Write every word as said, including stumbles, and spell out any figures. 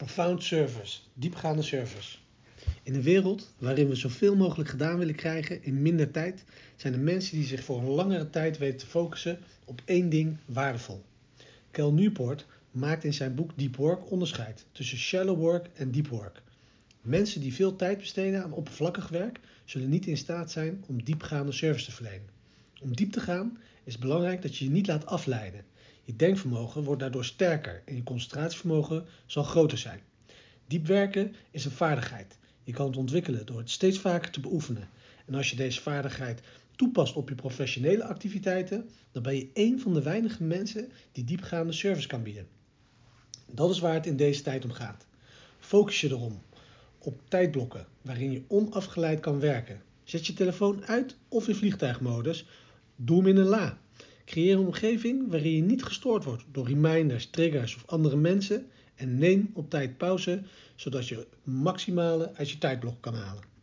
Profound service, diepgaande service. In een wereld waarin we zoveel mogelijk gedaan willen krijgen in minder tijd, zijn de mensen die zich voor een langere tijd weten te focussen op één ding waardevol. Cal Newport maakt in zijn boek Deep Work onderscheid tussen shallow work en deep work. Mensen die veel tijd besteden aan oppervlakkig werk, zullen niet in staat zijn om diepgaande service te verlenen. Om diep te gaan is het belangrijk dat je je niet laat afleiden. Je denkvermogen wordt daardoor sterker en je concentratievermogen zal groter zijn. Diep werken is een vaardigheid. Je kan het ontwikkelen door het steeds vaker te beoefenen. En als je deze vaardigheid toepast op je professionele activiteiten, dan ben je één van de weinige mensen die diepgaande service kan bieden. Dat is waar het in deze tijd om gaat. Focus je erom op tijdblokken waarin je onafgeleid kan werken. Zet je telefoon uit of in vliegtuigmodus. Doe hem in een la. Creëer een omgeving waarin je niet gestoord wordt door reminders, triggers of andere mensen. En neem op tijd pauze, zodat je het maximale uit je tijdblok kan halen.